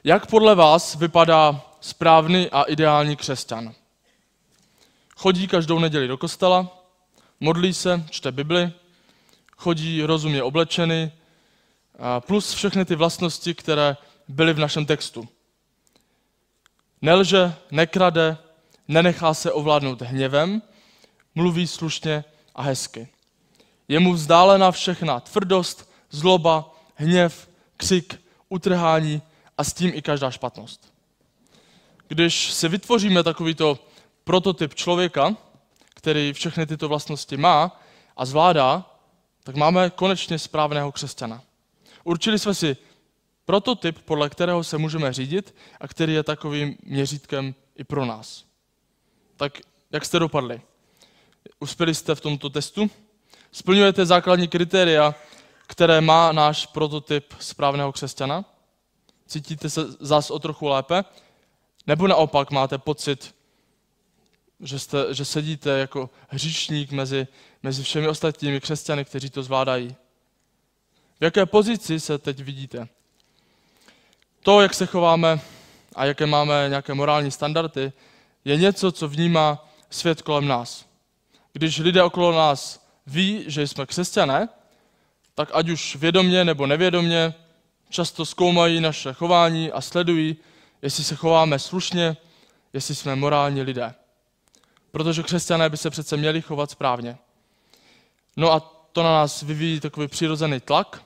Jak podle vás vypadá správný a ideální křesťan? Chodí každou neděli do kostela, modlí se, čte Bibli, chodí rozumně oblečený, plus všechny ty vlastnosti, které byly v našem textu. Nelže, nekrade, nenechá se ovládnout hněvem, mluví slušně a hezky. Je mu vzdálená všechna tvrdost, zloba, hněv, křik, utrhání a s tím i každá špatnost. Když si vytvoříme takovýto prototyp člověka, který všechny tyto vlastnosti má a zvládá, tak máme konečně správného křesťana. Určili jsme si prototyp, podle kterého se můžeme řídit a který je takovým měřítkem i pro nás. Tak jak jste dopadli? Uspěli jste v tomto testu? Splňujete základní kritéria, které má náš prototyp správného křesťana? Cítíte se zas o trochu lépe? Nebo naopak máte pocit, že sedíte jako hříšník mezi všemi ostatními křesťany, kteří to zvládají? V jaké pozici se teď vidíte? To, jak se chováme a jaké máme nějaké morální standardy, je něco, co vnímá svět kolem nás. Když lidé okolo nás ví, že jsme křesťané, tak ať už vědomě nebo nevědomě, často zkoumají naše chování a sledují, jestli se chováme slušně, jestli jsme morální lidé. Protože křesťané by se přece měli chovat správně. No a to na nás vyvíjí takový přirozený tlak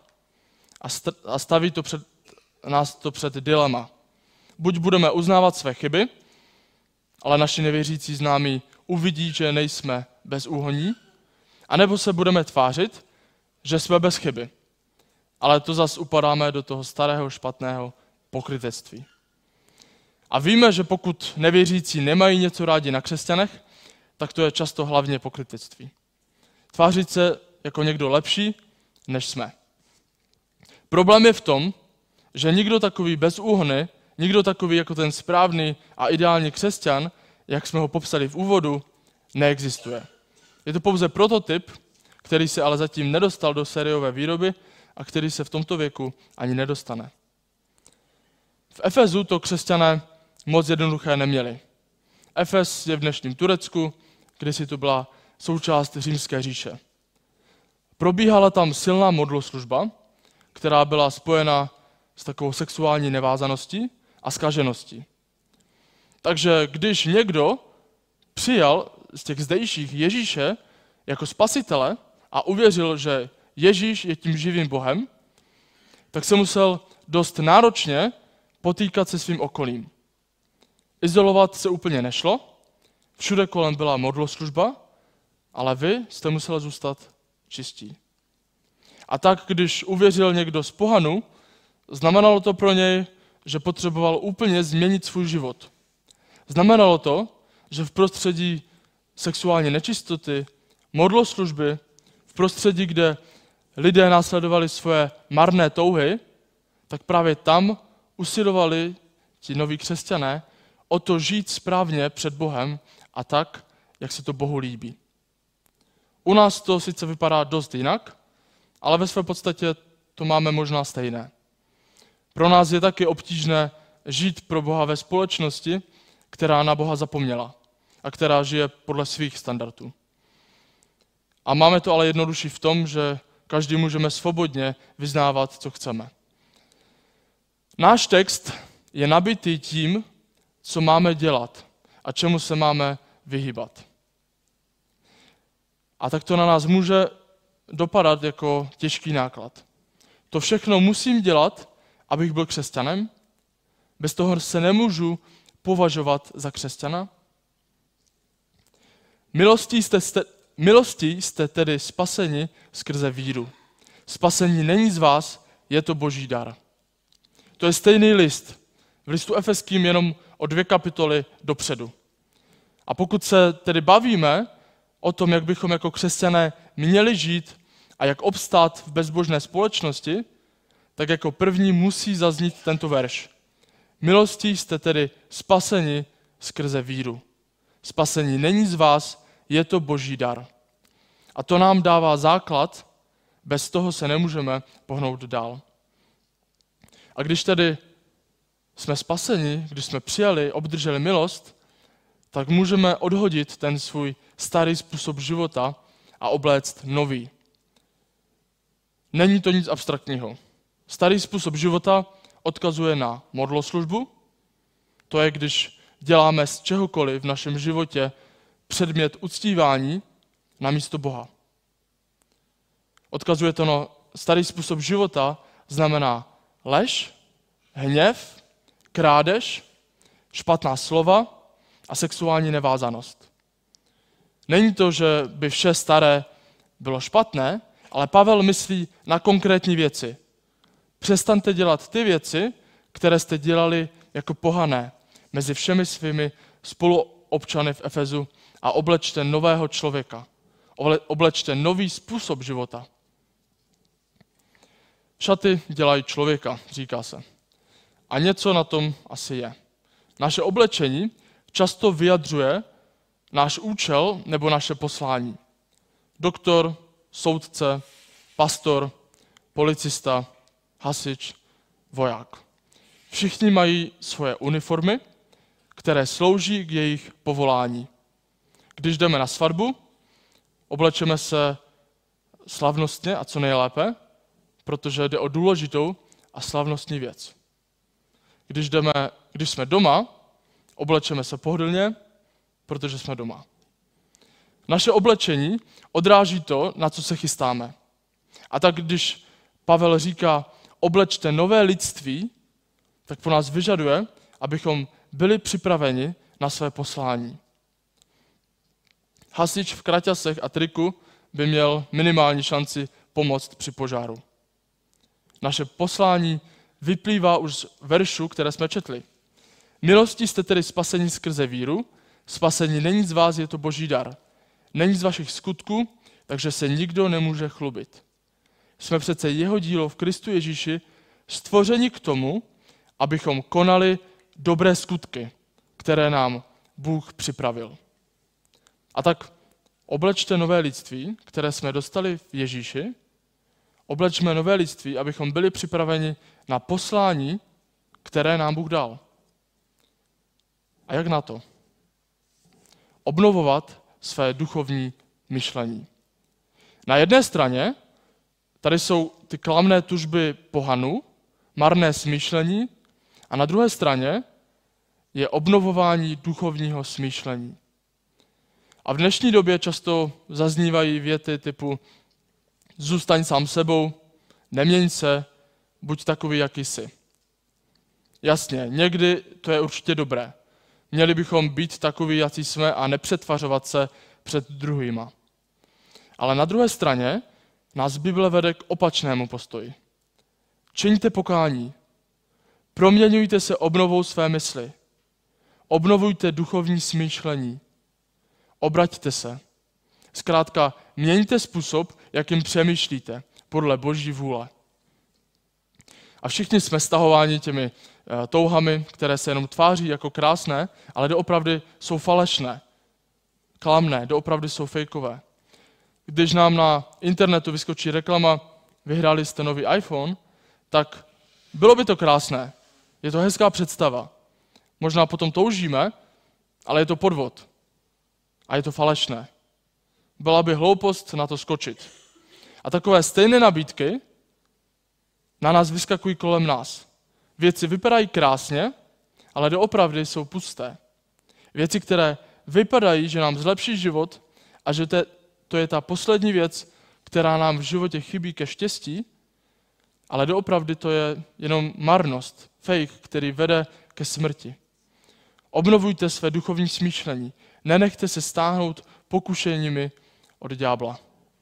a staví to nás před dilema. Buď budeme uznávat své chyby, ale naši nevěřící známí uvidí, že nejsme bezúhonní, anebo se budeme tvářit, že jsme bez chyby. Ale to zas upadáme do toho starého špatného pokrytectví. A víme, že pokud nevěřící nemají něco rádi na křesťanech, tak to je často hlavně pokrytectví. Tvářit se jako někdo lepší, než jsme. Problém je v tom, že nikdo takový bezúhonný, nikdo takový jako ten správný a ideální křesťan, jak jsme ho popsali v úvodu, neexistuje. Je to pouze prototyp, který se ale zatím nedostal do sériové výroby a který se v tomto věku ani nedostane. V Efezu to křesťané moc jednoduché neměli. Efes je v dnešním Turecku, kdysi to byla součást římské říše. Probíhala tam silná modloslužba, která byla spojena s takovou sexuální nevázaností a zkažeností. Takže když někdo přijal z těch zdejších Ježíše jako spasitele a uvěřil, že Ježíš je tím živým Bohem, tak se musel dost náročně potýkat se svým okolím. Izolovat se úplně nešlo, všude kolem byla modloslužba, ale vy jste museli zůstat čistí. A tak, když uvěřil někdo z pohanu, znamenalo to pro něj, že potřeboval úplně změnit svůj život. Znamenalo to, že v prostředí sexuální nečistoty, modloslužby, v prostředí, kde lidé následovali svoje marné touhy, tak právě tam usilovali ti noví křesťané o to žít správně před Bohem a tak, jak se to Bohu líbí. U nás to sice vypadá dost jinak, ale ve své podstatě to máme možná stejné. Pro nás je taky obtížné žít pro Boha ve společnosti, která na Boha zapomněla a která žije podle svých standardů. A máme to ale jednodušší v tom, že každý můžeme svobodně vyznávat, co chceme. Náš text je nabitý tím, co máme dělat a čemu se máme vyhýbat. A tak to na nás může dopadat jako těžký náklad. To všechno musím dělat, abych byl křesťanem? Bez toho se nemůžu považovat za křesťana? Milostí jste tedy spaseni skrze víru. Spasení není z vás, je to Boží dar. To je stejný list. V listu Efeským jenom o 2 kapitoly dopředu. A pokud se tedy bavíme o tom, jak bychom jako křesťané měli žít a jak obstát v bezbožné společnosti, tak jako první musí zaznít tento verš. Milostí jste tedy spaseni skrze víru. Spasení není z vás, je to Boží dar. A to nám dává základ, bez toho se nemůžeme pohnout dál. A když tedy jsme spaseni, když jsme přijali, obdrželi milost, tak můžeme odhodit ten svůj starý způsob života a obléct nový. Není to nic abstraktního. Starý způsob života odkazuje na modloslužbu. To je, když děláme z čehokoliv v našem životě předmět uctívání namísto Boha. Odkazuje to na starý způsob života, znamená lež, hněv, krádež, špatná slova a sexuální nevázanost. Není to, že by vše staré bylo špatné, ale Pavel myslí na konkrétní věci. Přestaňte dělat ty věci, které jste dělali jako pohané mezi všemi svými spoluobčany v Efezu a oblečte nového člověka. Oblečte nový způsob života. Šaty dělají člověka, říká se. A něco na tom asi je. Naše oblečení často vyjadřuje náš účel nebo naše poslání. Doktor, soudce, pastor, policista, hasič, voják. Všichni mají svoje uniformy, které slouží k jejich povolání. Když jdeme na svatbu, oblečeme se slavnostně a co nejlépe, protože jde o důležitou a slavnostní věc. Když jsme doma, oblečeme se pohodlně, protože jsme doma. Naše oblečení odráží to, na co se chystáme. A tak když Pavel říká, oblečte nové lidství, tak po nás vyžaduje, abychom byli připraveni na své poslání. Hasič v kraťasech a triku by měl minimální šanci pomoct při požáru. Naše poslání vyplývá už z veršů, které jsme četli. Milostí jste tedy spaseni skrze víru, spasení není z vás, je to boží dar. Není z vašich skutků, takže se nikdo nemůže chlubit. Jsme přece jeho dílo v Kristu Ježíši, stvořeni k tomu, abychom konali dobré skutky, které nám Bůh připravil. A tak oblečte nové lidství, které jsme dostali v Ježíši, oblečme nové lidství, abychom byli připraveni na poslání, které nám Bůh dal. A jak na to? Obnovovat své duchovní myšlení. Na jedné straně tady jsou ty klamné tužby pohanů, marné smýšlení, a na druhé straně je obnovování duchovního smýšlení. A v dnešní době často zaznívají věty typu zůstaň sám sebou, neměň se, buď takový, jaký jsi. Jasně, někdy to je určitě dobré. Měli bychom být takoví, jací jsme a nepřetvařovat se před druhýma. Ale na druhé straně nás Bible vede k opačnému postoji. Čiňte pokání. Proměňujte se obnovou své mysli. Obnovujte duchovní smýšlení. Obraťte se. Zkrátka, měňte způsob, jakým přemýšlíte, podle Boží vůle. A všichni jsme stahováni těmi touhami, které se jenom tváří jako krásné, ale doopravdy jsou falešné, klamné, doopravdy jsou fejkové. Když nám na internetu vyskočí reklama, vyhráli jste nový iPhone, tak bylo by to krásné. Je to hezká představa. Možná potom toužíme, ale je to podvod. A je to falešné. Byla by hloupost na to skočit. A takové stejné nabídky na nás vyskakují kolem nás. Věci vypadají krásně, ale doopravdy jsou pusté. Věci, které vypadají, že nám zlepší život a že to je ta poslední věc, která nám v životě chybí ke štěstí, ale doopravdy to je jenom marnost, fake, který vede ke smrti. Obnovujte své duchovní smýšlení. Nenechte se stáhnout pokušeními od ďábla.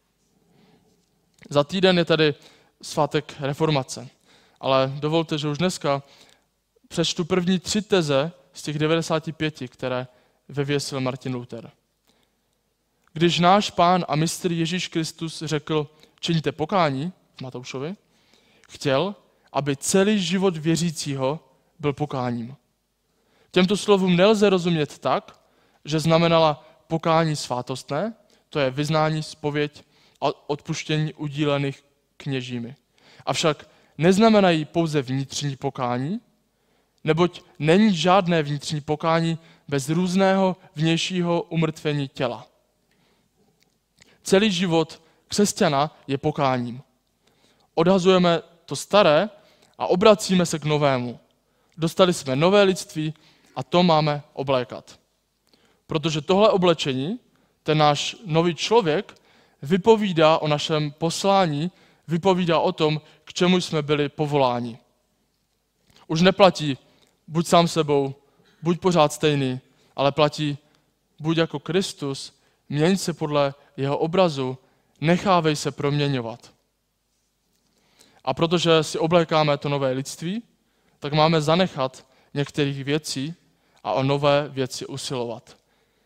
Za týden je tady svátek reformace, ale dovolte, že už dneska přečtu první 3 teze z těch 95, které vyvěsil Martin Luther. Když náš Pán a mistr Ježíš Kristus řekl, čiňte pokání v Matoušovi, chtěl, aby celý život věřícího byl pokáním. Těmto slovům nelze rozumět tak, že znamenala pokání svátostné, to je vyznání, zpověď a odpuštění udílených kněžími. Avšak neznamenají pouze vnitřní pokání, neboť není žádné vnitřní pokání bez různého vnějšího umrtvení těla. Celý život křesťana je pokáním. Odhazujeme to staré a obracíme se k novému. Dostali jsme nové lidství a to máme oblékat. Protože tohle oblečení, ten náš nový člověk, vypovídá o našem poslání, vypovídá o tom, k čemu jsme byli povoláni. Už neplatí buď sám sebou, buď pořád stejný, ale platí buď jako Kristus, měň se podle jeho obrazu, nechávej se proměňovat. A protože si oblékáme to nové lidství, tak máme zanechat některých věcí a o nové věci usilovat.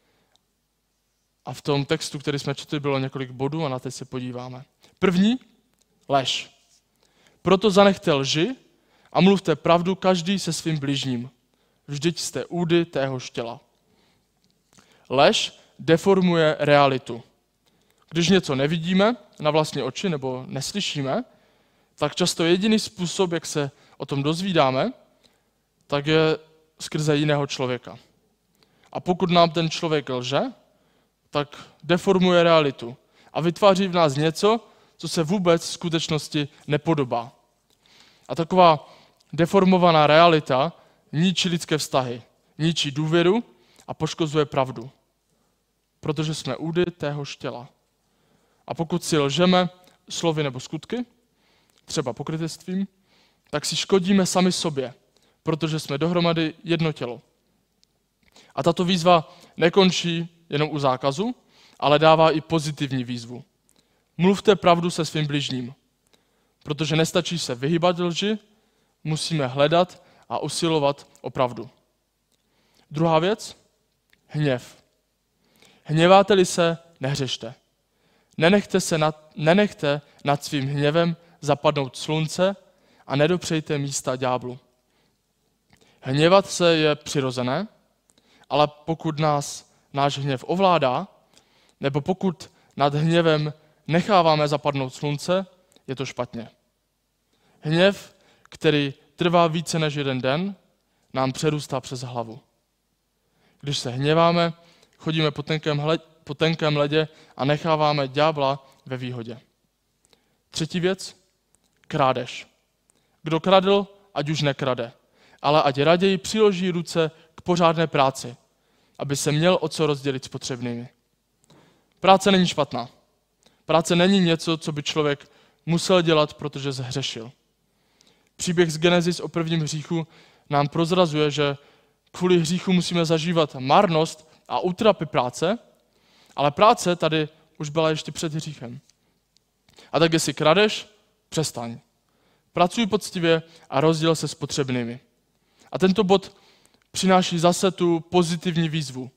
A v tom textu, který jsme četli, bylo několik bodů a na teď se podíváme. První, lež. Proto zanechte lži a mluvte pravdu každý se svým bližním. Vždyť jste údy téhož těla. Lež deformuje realitu. Když něco nevidíme na vlastní oči nebo neslyšíme, tak často jediný způsob, jak se o tom dozvídáme, tak je skrze jiného člověka. A pokud nám ten člověk lže, tak deformuje realitu a vytváří v nás něco, co se vůbec v skutečnosti nepodobá. A taková deformovaná realita ničí lidské vztahy, ničí důvěru a poškozuje pravdu. Protože jsme údy téhož těla. A pokud si lžeme slovy nebo skutky, třeba pokrytectvím, tak si škodíme sami sobě, protože jsme dohromady jedno tělo. A tato výzva nekončí jenom u zákazu, ale dává i pozitivní výzvu. Mluvte pravdu se svým bližním, protože nestačí se vyhýbat lži, musíme hledat a usilovat o pravdu. Druhá věc, hněv. Hněváte-li se, nehřešte. Nenechte nad svým hněvem zapadnout slunce a nedopřejte místa ďáblu. Hněvat se je přirozené, ale pokud nás náš hněv ovládá, nebo pokud nad hněvem necháváme zapadnout slunce, je to špatně. Hněv, který trvá více než jeden den, nám přerůstá přes hlavu. Když se hněváme, chodíme po tenkém ledě a necháváme ďábla ve výhodě. Třetí věc, krádež. Kdo kradl, ať už nekrade, ale ať raději přiloží ruce k pořádné práci, aby se měl o co rozdělit s potřebnými. Práce není špatná. Práce není něco, co by člověk musel dělat, protože zhřešil. Příběh z Genesis o prvním hříchu nám prozrazuje, že kvůli hříchu musíme zažívat marnost a útrapy práce, ale práce tady už byla ještě před hříchem. A tak jestli kradeš, přestaň. Pracuj poctivě a rozděl se s potřebnými. A tento bod přináší zase tu pozitivní výzvu.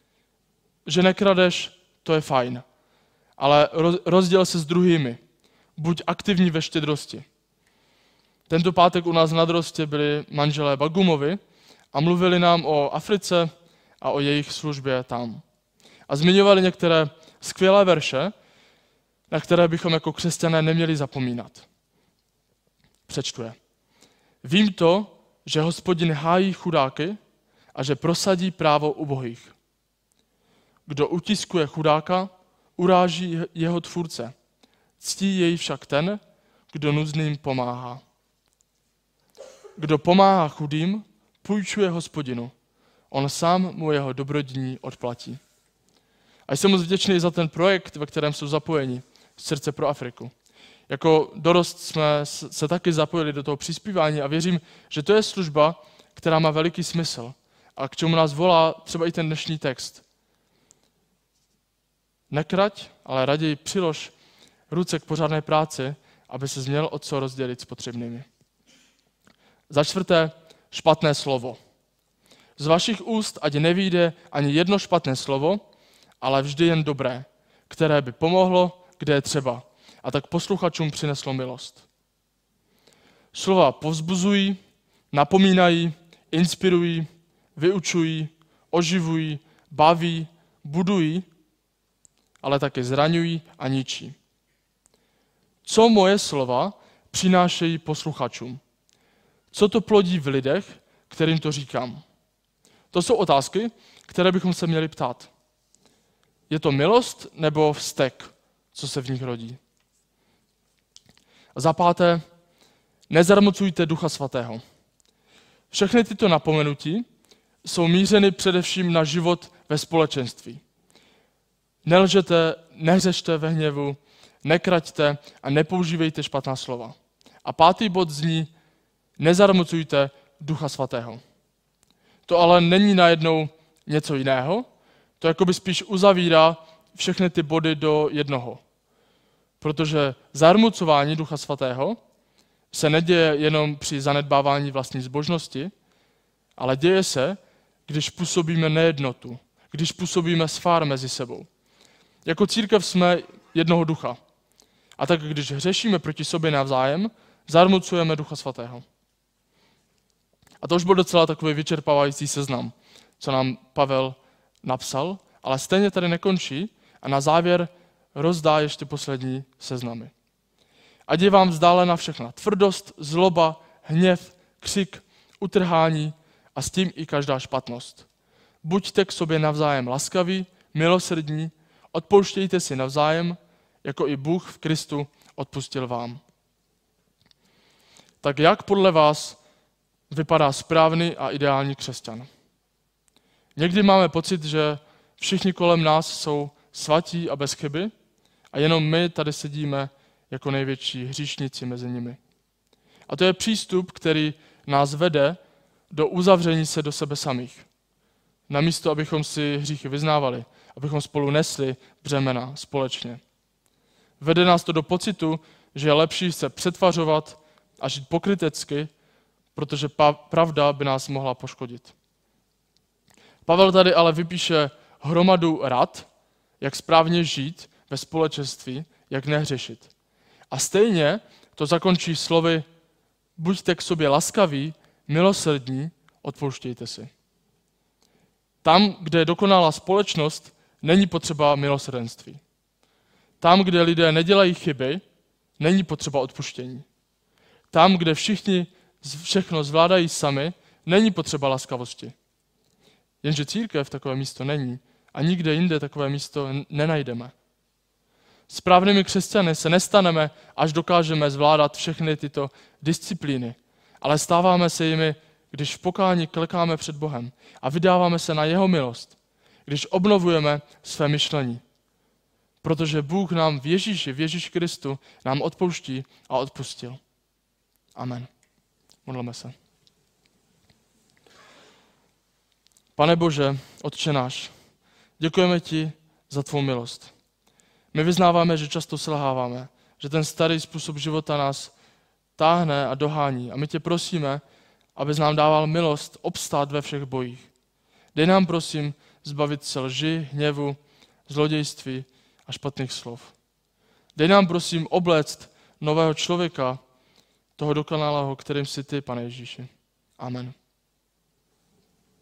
Že nekradeš, to je fajn, ale rozděl se s druhými. Buď aktivní ve štědrosti. Tento pátek u nás na Drostě byli manželé Bagumovi a mluvili nám o Africe a o jejich službě tam. A zmiňovali některé skvělé verše, na které bychom jako křesťané neměli zapomínat. Přečtu je. Vím to, že Hospodin hájí chudáky a že prosadí právo ubohých. Kdo utiskuje chudáka, uráží jeho tvůrce. Ctí jej však ten, kdo núzným pomáhá. Kdo pomáhá chudým, půjčuje Hospodinu. On sám mu jeho dobrodiní odplatí. A jsem moc vděčný za ten projekt, ve kterém jsou zapojeni Srdce pro Afriku. Jako dorost jsme se taky zapojili do toho přispívání a věřím, že to je služba, která má veliký smysl a k čemu nás volá třeba i ten dnešní text. Nekrať, ale raději přilož ruce k pořádné práci, aby se měl o co rozdělit s potřebnými. Za čtvrté, špatné slovo. Z vašich úst ať nevyjde ani jedno špatné slovo, ale vždy jen dobré, které by pomohlo, kde je třeba, a tak posluchačům přineslo milost. Slova povzbuzují, napomínají, inspirují, vyučují, oživují, baví, budují, ale také zraňují a ničí. Co moje slova přinášejí posluchačům? Co to plodí v lidech, kterým to říkám? To jsou otázky, které bychom se měli ptát. Je to milost nebo vztek, co se v nich rodí? A za páté, nezarmucujte Ducha Svatého. Všechny tyto napomenutí jsou mířeny především na život ve společenství. Nelžete, nehřešte ve hněvu, nekraťte a nepoužívejte špatná slova. A pátý bod zní, nezarmucujte Ducha Svatého. To ale není najednou něco jiného, to jakoby spíš uzavírá všechny ty body do jednoho. Protože zarmucování Ducha Svatého se neděje jenom při zanedbávání vlastní zbožnosti, ale děje se, když působíme nejednotu, když působíme svár mezi sebou. Jako církev jsme jednoho ducha. A tak když hřešíme proti sobě navzájem, zarmucujeme Ducha Svatého. A to už byl docela takový vyčerpávající seznam, co nám Pavel napsal, ale stejně tady nekončí a na závěr rozdá ještě poslední seznamy. Ať je vám vzdálená všechna tvrdost, zloba, hněv, křik, utrhání a s tím i každá špatnost. Buďte k sobě navzájem laskaví, milosrdní, odpouštějte si navzájem, jako i Bůh v Kristu odpustil vám. Tak jak podle vás vypadá správný a ideální křesťan? Někdy máme pocit, že všichni kolem nás jsou svatí a bez chyby a jenom my tady sedíme jako největší hříšníci mezi nimi. A to je přístup, který nás vede do uzavření se do sebe samých. Namísto, abychom si hříchy vyznávali, abychom spolu nesli břemena společně. Vede nás to do pocitu, že je lepší se přetvařovat a žít pokrytecky, protože pravda by nás mohla poškodit. Pavel tady ale vypíše hromadu rad, jak správně žít ve společenství, jak nehřešit. A stejně to zakončí slovy buďte k sobě laskaví, milosrdní, odpouštějte si. Tam, kde je dokonalá společnost, není potřeba milosrdenství. Tam, kde lidé nedělají chyby, není potřeba odpuštění. Tam, kde všichni všechno zvládají sami, není potřeba laskavosti. Jenže církev takové místo není a nikde jinde takové místo nenajdeme. Správnými křesťany se nestaneme, až dokážeme zvládat všechny tyto disciplíny, ale stáváme se jimi, když v pokání klekáme před Bohem a vydáváme se na jeho milost, když obnovujeme své myšlení. Protože Bůh nám v Ježíši Kristu nám odpouští a odpustil. Amen. Modleme se. Pane Bože, Otče náš, děkujeme ti za tvou milost. My vyznáváme, že často selháváme, že ten starý způsob života nás táhne a dohání. A my tě prosíme, abys nám dával milost obstát ve všech bojích. Dej nám, prosím, zbavit se lži, hněvu, zlodějství a špatných slov. Dej nám, prosím, obléct nového člověka, toho dokonalého, kterým jsi ty, Pane Ježíši. Amen.